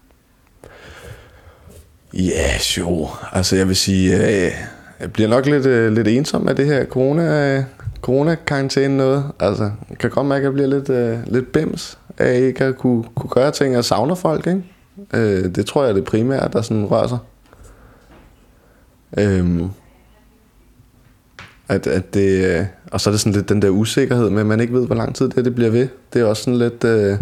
Ja, jo. Altså jeg vil sige, jeg bliver nok lidt ensom af det her corona-karantæne noget. Altså jeg kan godt mærke, at jeg bliver lidt bims af ikke at kunne gøre ting. Jeg savner folk, ikke? Det tror jeg er det primære, der sådan rører sig. At det, og så er det sådan lidt den der usikkerhed med, at man ikke ved, hvor lang tid det bliver ved. Det er også sådan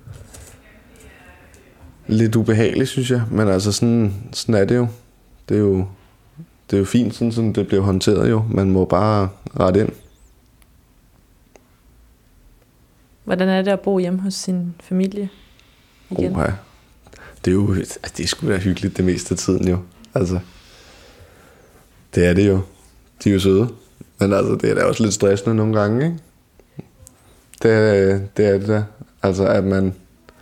lidt ubehageligt, synes jeg. Men altså sådan er det jo. Det er jo fint, sådan det bliver håndteret jo. Man må bare rette ind. Hvordan er det at bo hjemme hos sin familie igen? Oha. Det er jo, det er sgu da hyggeligt det meste af tiden jo. Altså, det er det jo. De er jo søde. Men altså, det er da også lidt stressende nogle gange, ikke? Det er det da. Altså, at man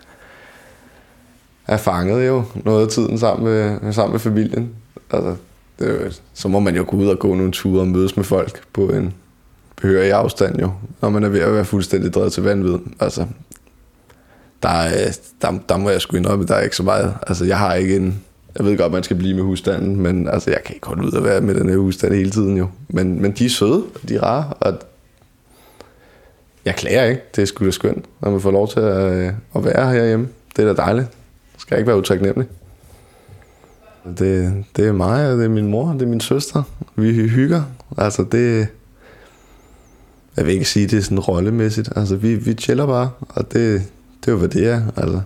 er fanget jo noget af tiden sammen med familien. Altså, så må man jo gå ud og gå nogle ture og mødes med folk på en behørig afstand jo, når man er ved at være fuldstændig drevet til vanvid. Altså, der må jeg sgu indrømme, der er ikke så meget. Altså, jeg ved godt, man skal blive med husstanden, men altså, jeg kan ikke holde ud at være med den her husstand hele tiden jo. Men de er søde, og de er rare, og jeg klager ikke. Det er sgu da skønt, når man får lov til at være herhjemme. Det er da dejligt. Jeg skal ikke være utaknemmelig. Det er mig, og det er min mor, og det er min søster. Vi hygger. Altså, jeg vil ikke sige, det er sådan rollemæssigt. Altså, vi chiller bare, og det er jo, hvad det er, altså.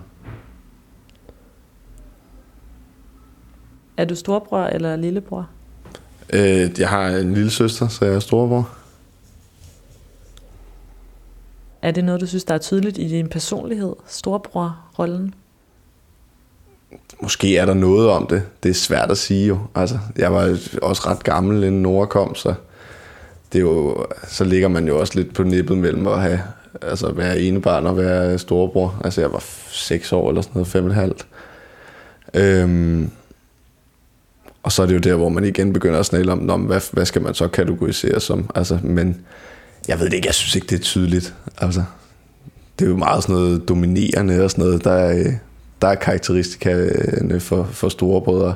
Er du storebror eller lillebror? Jeg har en lille søster, så jeg er storebror. Er det noget, du synes, der er tydeligt i din personlighed, storebror-rollen? Måske er der noget om det. Det er svært at sige jo. Altså, jeg var også ret gammel, inden Nora kom, så det er jo, så ligger man jo også lidt på nippet mellem at være enebarn og være storebror. Altså, jeg var 6 år eller sådan noget, 5,5. Og så er det jo der, hvor man igen begynder at snale om, hvad skal man så kategorisere som? Altså, men jeg ved det ikke, jeg synes ikke, det er tydeligt. Altså, det er jo meget sådan noget dominerende og sådan noget, der er karakteristikerne for storebrødre.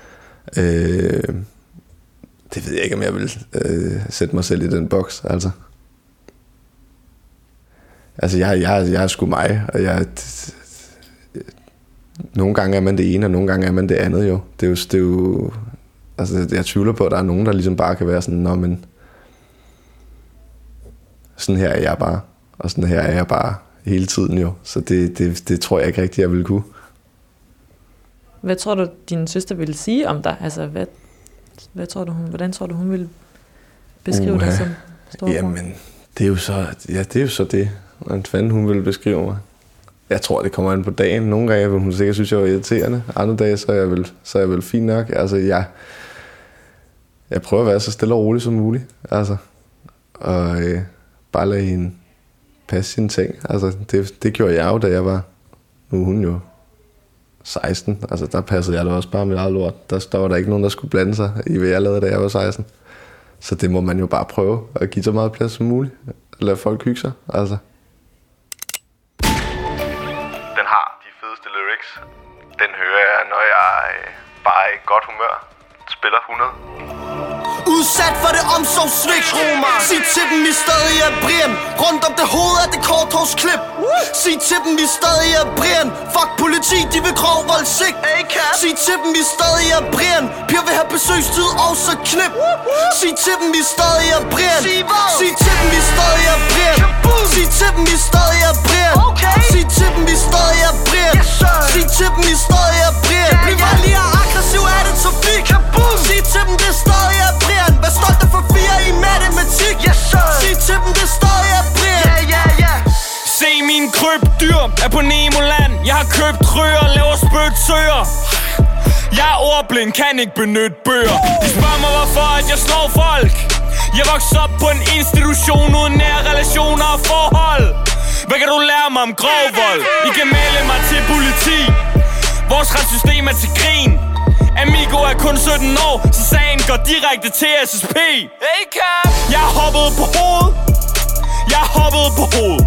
Det ved jeg ikke, om jeg vil sætte mig selv i den boks, altså. Altså, jeg er sgu mig, og nogle gange er man det ene, og nogle gange er man det andet jo. Det er jo altså, jeg tvivler på, at der er nogen, der ligesom bare kan være sådan, men sådan her er jeg bare, og sådan her er jeg bare hele tiden jo. Så det tror jeg ikke rigtigt, jeg vil kunne. Hvad tror du, din søster ville sige om dig? Altså, hvordan tror du, hun ville beskrive dig som storebror? Jamen, det er jo så det. Hvordan fanden hun ville beskrive mig? Jeg tror, det kommer an på dagen. Nogle gange vil hun sikkert synes, jeg var irriterende. Andre dage, så er jeg vel fint nok. Altså, jeg prøver at være så stille og rolig som muligt. Altså, og bare lade hende passe sine ting. Altså, det gjorde jeg jo, da jeg var... Nu er hun jo 16. Altså, der passede jeg da også bare mit eget lort. Der var der ikke nogen, der skulle blande sig i, hvad jeg lavede, da jeg var 16. Så det må man jo bare prøve at give så meget plads som muligt. Lade folk hygge sig, altså. Den har de fedeste lyrics. Den hører jeg, når jeg bare er i godt humør. Spiller 100. Udsat for det omsorgssvigt. Sig til dem, vi stadig er Brian. Rundt om det hoved af det korthårsklip. Sig til dem, vi stadig er Brian. Fuck politi, de vil grov voldsigt. Sig til dem, vi stadig er Brian. Piger vil have besøgstid og så knip. Sig til dem, vi stadig er Brian. Sig til dem, vi stadig er Brian. Sig til dem, vi stadig er Brian. Sig til dem, vi stadig er Brian. Sig til dem, vi stadig er Brian. Bliv voldelig og aggressiv, er det trafik. Sig til dem, det stadig er Brian. Vær stolte for 4 i matematik. Sig til dem, det stadig er Brian. Se min krybdyr er på Nemoland. Jeg har købt røer og laver spøgsøer. Jeg er ordblind, kan ikke benytte bøger. De spørger mig hvorfor at jeg slår folk. Jeg voksede op på en institution uden nære relationer og forhold. Hvad kan du lære mig om grov vold? I kan melde mig til politi. Vores retssystem er til grin. Amigo er kun 17 år, så sagen går direkte til SSP. Jeg har hoppet på hovedet. Jeg har hoppet på hovedet.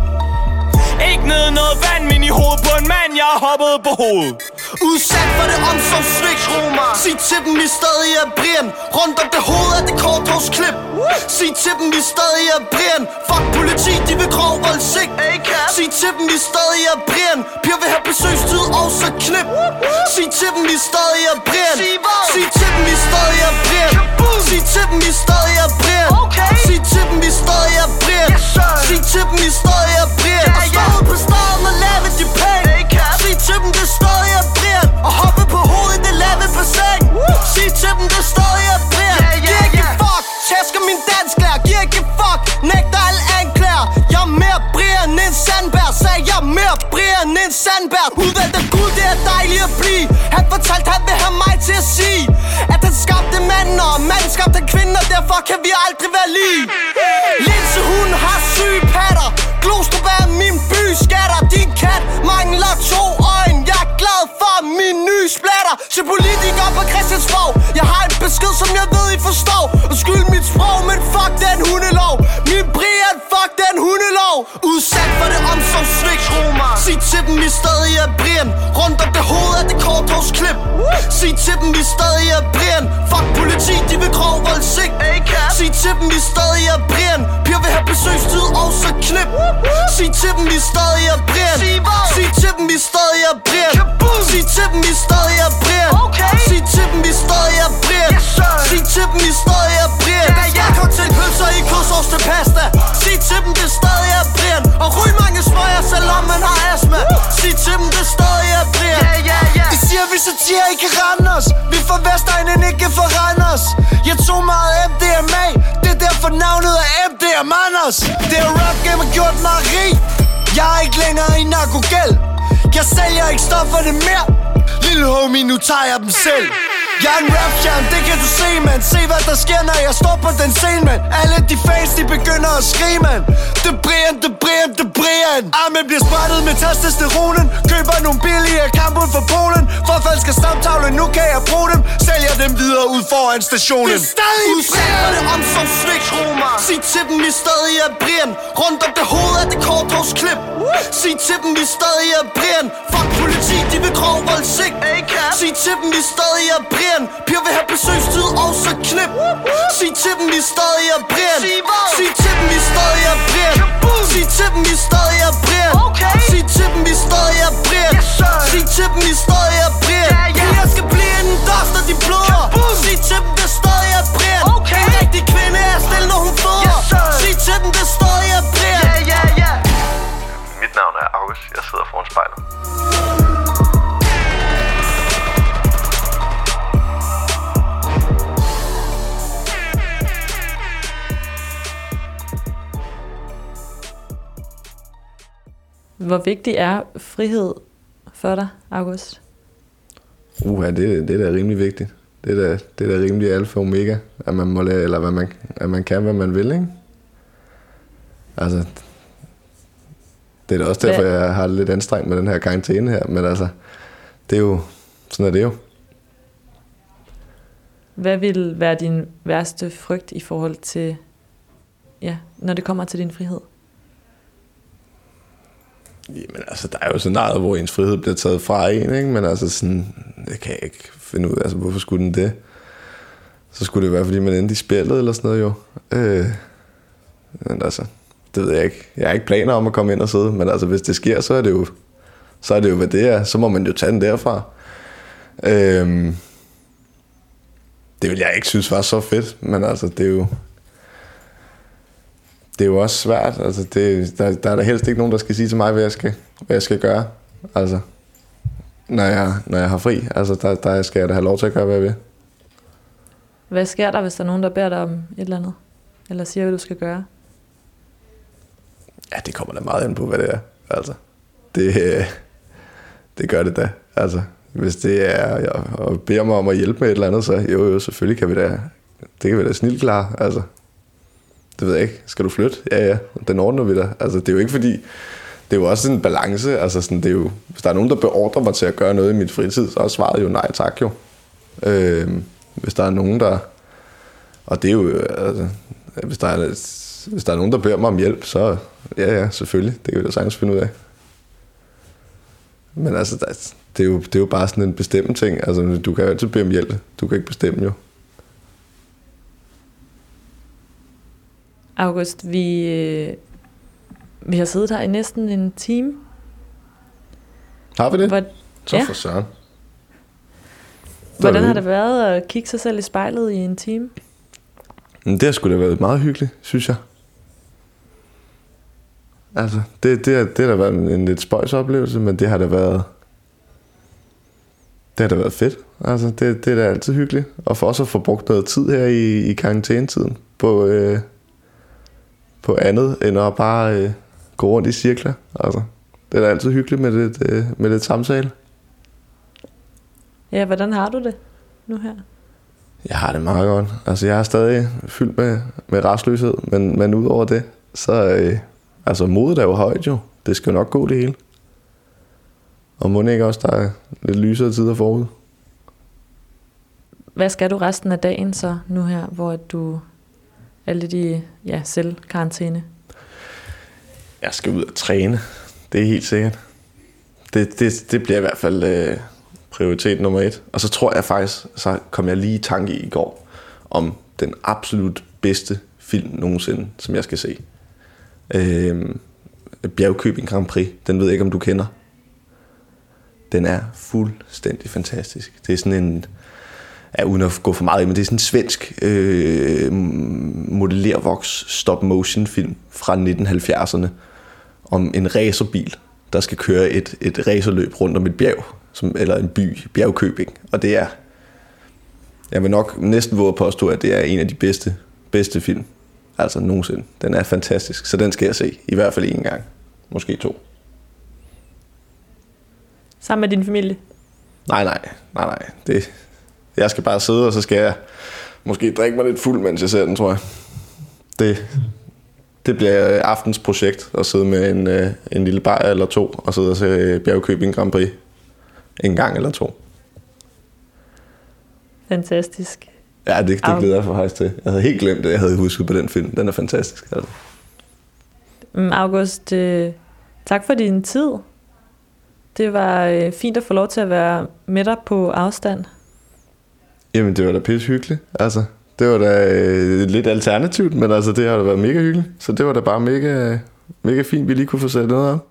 Ikke ned noget vand, men i hovedet på en mand. Jeg har hoppet på hovedet. Udsat for det omsorgssvigt. Sig til dem, vi stadig er Brian. Rundt om det hoved af det korthårsklip. Sig til dem, vi stadig er Brian. Fuck politi, de vil grov voldsigt. Sig til dem, vi stadig er Brian. Piger vil have besøgstid og så knip. Sig til dem, vi stadig er Brian. Sig til dem, vi stadig er Brian. Sig til dem, vi stadig er Brian. Sig til dem, vi stadig er Brian. Sig til dem, vi stadig er Brian. Og stå ud på staden og lave de penge. Sig til dem, det stadig er Brian. Og hoppe på hovedet, det lave bassin. Sig til dem, det stadig er Brian. Giv ikke fuck, tæsker min dansklærer. Giv ikke fuck, nægter alle anklager. Jeg er mere Brian end Sandberg. Sagde jeg er mere Brian end Sandberg. Udvalgt af Gud, det er dejligt at blive. Han fortalte, han vil have mig til at sige, at han skabte manden, og manden skabte kvinden, og derfor kan vi aldrig være lige. Linse, hun har syge patter. Glostrup er min by, skatter. Din kat mangler 2 øjne. Jeg er glad for min nye splatter. Til politikere på Christiansborg. Jeg har en besked, som jeg ved, I forstår. Og skyld mit sprog, men fuck den hundelov. Min Brian, fuck den hundelov. Udsat for det omsorgssvigt. Sig til dem, vi stadig er Brian. Rundt om det hoved af det korthårsklip. Sig til dem, vi stadig er Brian. Fuck politi, de vil grov voldsigt. Sig til dem, vi stadig er Brian. Piger vil have besøgstid og så knip. Sig til dem, vi stadig er Brian. Sig til dem, vi stadig er Brian. Sig til dem, vi stadig er Brian. Sig til dem, vi stadig er Brian. Sig til dem, vi stadig er Brian. Jeg kom til pølser i kursovs til pasta. Sig til dem, det stadig er Brian. Og ryg mange smøger, selvom man har astma. Sig til dem, det stadig er Brian. De siger, vi satire, I kan rende os. Vi får Vestegnen, ikke for Randers. Jeg tog meget MDMA. Det er derfor navnet er MDM Anders. Det er rap game har gjort mig rig. Jeg er ikke længere i narkogæld. Jeg sælger ikke stofferne mere. Lille homie, nu tager jeg dem selv. Jeg er en rapstjerne, det kan du se, mand. Se hvad der sker, når jeg står på den scene, mand. Alle de fans, de begynder at skrige, mand. Det er Brian, det er Brian, det er Brian. Armen bliver sprættet med testosteronen. Køber nogle billige kamp ud for Polen. Forfalsker stamtavlen, nu kan jeg bruge dem. Sælger dem videre ud foran stationen. Det er stadig Udsat for det omsorgssvigt. Sig til dem, vi stadig er Brian. Rundt om det hoved af det korthårsklip. Sig til dem, vi stadig er Brian. Fuck politi, de vil grov voldsigt. Sig til dem, vi stadig er Brian. Piger vil have besøgstid og så knip. Sig til dem, vi stadig er Brian. Sig til dem, vi stadig er Brian. Sig til dem, vi stadig er Brian. Sig til dem, vi stadig er Brian. Sig til dem, vi stadig er Brian. Jeg skal blive en dørst, når de bløder. Sig til dem, det stadig er Brian. En rigtig kvinde er stille, når hun føder. Sig til dem, det stadig er Brian. Mit navn er August. Jeg sidder foran spejlet. Hvor vigtig er frihed for dig, August? Det er da rimelig vigtigt. Det er da rimelig alfa og omega, at man må lade, eller at man kan, hvad man vil, ikke? Altså, det er da også derfor, jeg har det lidt anstrengt med den her karantæne her, men altså, det er jo, sådan er det jo. Hvad vil være din værste frygt i forhold til, når det kommer til din frihed? Jamen altså, der er jo scenariet, hvor ens frihed bliver taget fra en, ikke? Men altså sådan, det kan jeg ikke finde ud af, altså hvorfor skulle den det? Så skulle det være, fordi man endte i spillet eller sådan noget jo. Men altså, det ved jeg ikke. Jeg har ikke planer om at komme ind og sidde, men altså hvis det sker, så er det jo hvad det er. Så må man jo tage den derfra. Det vil jeg ikke synes var så fedt, men altså det er jo også svært. Altså der er der helst ikke nogen, der skal sige til mig, hvad jeg skal gøre. Altså, når jeg har fri. Altså, der skal jeg da have lov til at gøre, hvad jeg vil. Hvad sker der, hvis der er nogen, der beder dig om et eller andet? Eller siger, hvad du skal gøre? Ja, det kommer da meget an på, hvad det er. Altså, det gør det da. Altså, Hvis det er og beder mig om at hjælpe med et eller andet, så jo, selvfølgelig kan vi da. Det kan vi da snilt klare. Altså, det ved jeg ikke. Skal du flytte? Ja, den ordner vi da. Altså, det er jo ikke fordi. Det er jo også en balance. Altså, sådan, det er jo, hvis der er nogen, der beordrer mig til at gøre noget i min fritid, så er svaret jo nej tak jo. Hvis der er nogen, der. Og det er jo. Altså, hvis der er nogen, der beder mig om hjælp, så ja, selvfølgelig. Det kan vi da sagtens finde ud af. Men altså, det er jo bare sådan en bestemt ting. Altså, du kan jo altid bede om hjælp. Du kan ikke bestemme jo. August, vi har siddet her i næsten en time. Har vi det? Så for søren. Hvordan har det været at kigge sig selv i spejlet i en time? Det har sgu da været meget hyggeligt, synes jeg. Altså, det har da været en lidt spøjs oplevelse, men det har da været fedt. Altså, det er da altid hyggeligt. Og for os at få brugt noget tid her i karantænetiden på andet, end at bare gå rundt i cirkler. Altså, det er da altid hyggeligt med lidt samtale. Ja, hvordan har du det nu her? Jeg har det meget godt. Altså, jeg er stadig fyldt med rastløshed, men ud over det, så altså, modet er jo højt jo. Det skal jo nok gå det hele. Og må ikke også, der er lidt lysere tider forud. Hvad skal du resten af dagen så nu her, hvor du er lidt i selvkarantæne? Jeg skal ud og træne. Det er helt sikkert. Det bliver i hvert fald prioritet nummer 1. Og så tror jeg faktisk, så kom jeg lige i tanke i går, om den absolut bedste film nogensinde, som jeg skal se. Bjergkøbing Grand Prix. Den ved jeg ikke, om du kender. Den er fuldstændig fantastisk. Det er sådan en, uden at gå for meget i, men det er sådan en svensk modellervoks stop motion film fra 1970'erne om en racerbil, der skal køre et racerløb rundt om et bjerg, eller en by, Bjergkøbing. Og det er, jeg vil nok næsten våge at påstå, at det er en af de bedste film, altså nogensinde. Den er fantastisk, så den skal jeg se, i hvert fald en gang, måske 2. Sammen med din familie? Nej. Jeg skal bare sidde, og så skal jeg måske drikke mig lidt fuld, mens jeg ser den, tror jeg. Det bliver aftens projekt, at sidde med en lille bajer eller 2, og sidde og se Bjergkøbing Grand Prix en gang eller 2. Fantastisk. Ja, det glæder jeg faktisk til. Jeg havde helt glemt det, jeg havde husket på den film. Den er fantastisk. Altså. August, tak for din tid. Det var fint at få lov til at være med dig på afstand. Jamen, det var da pisse hyggeligt. Altså, det var da lidt alternativt, men altså, det har da været mega hyggeligt. Så det var da bare mega, mega fint, vi lige kunne få sat noget op.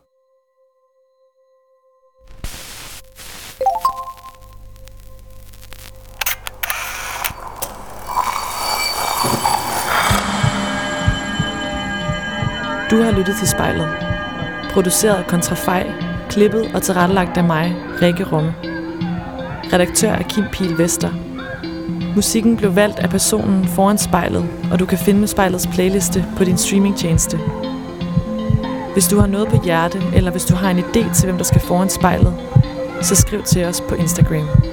Du har lyttet til Spejlet. Produceret af Kontrafej, klippet og tilrettelagt af mig, Rikke Rumme. Redaktør er Kim Pihl Vester. Musikken blev valgt af personen foran spejlet, og du kan finde Spejlets playliste på din streamingtjeneste. Hvis du har noget på hjerte, eller hvis du har en idé til, hvem der skal foran spejlet, så skriv til os på Instagram.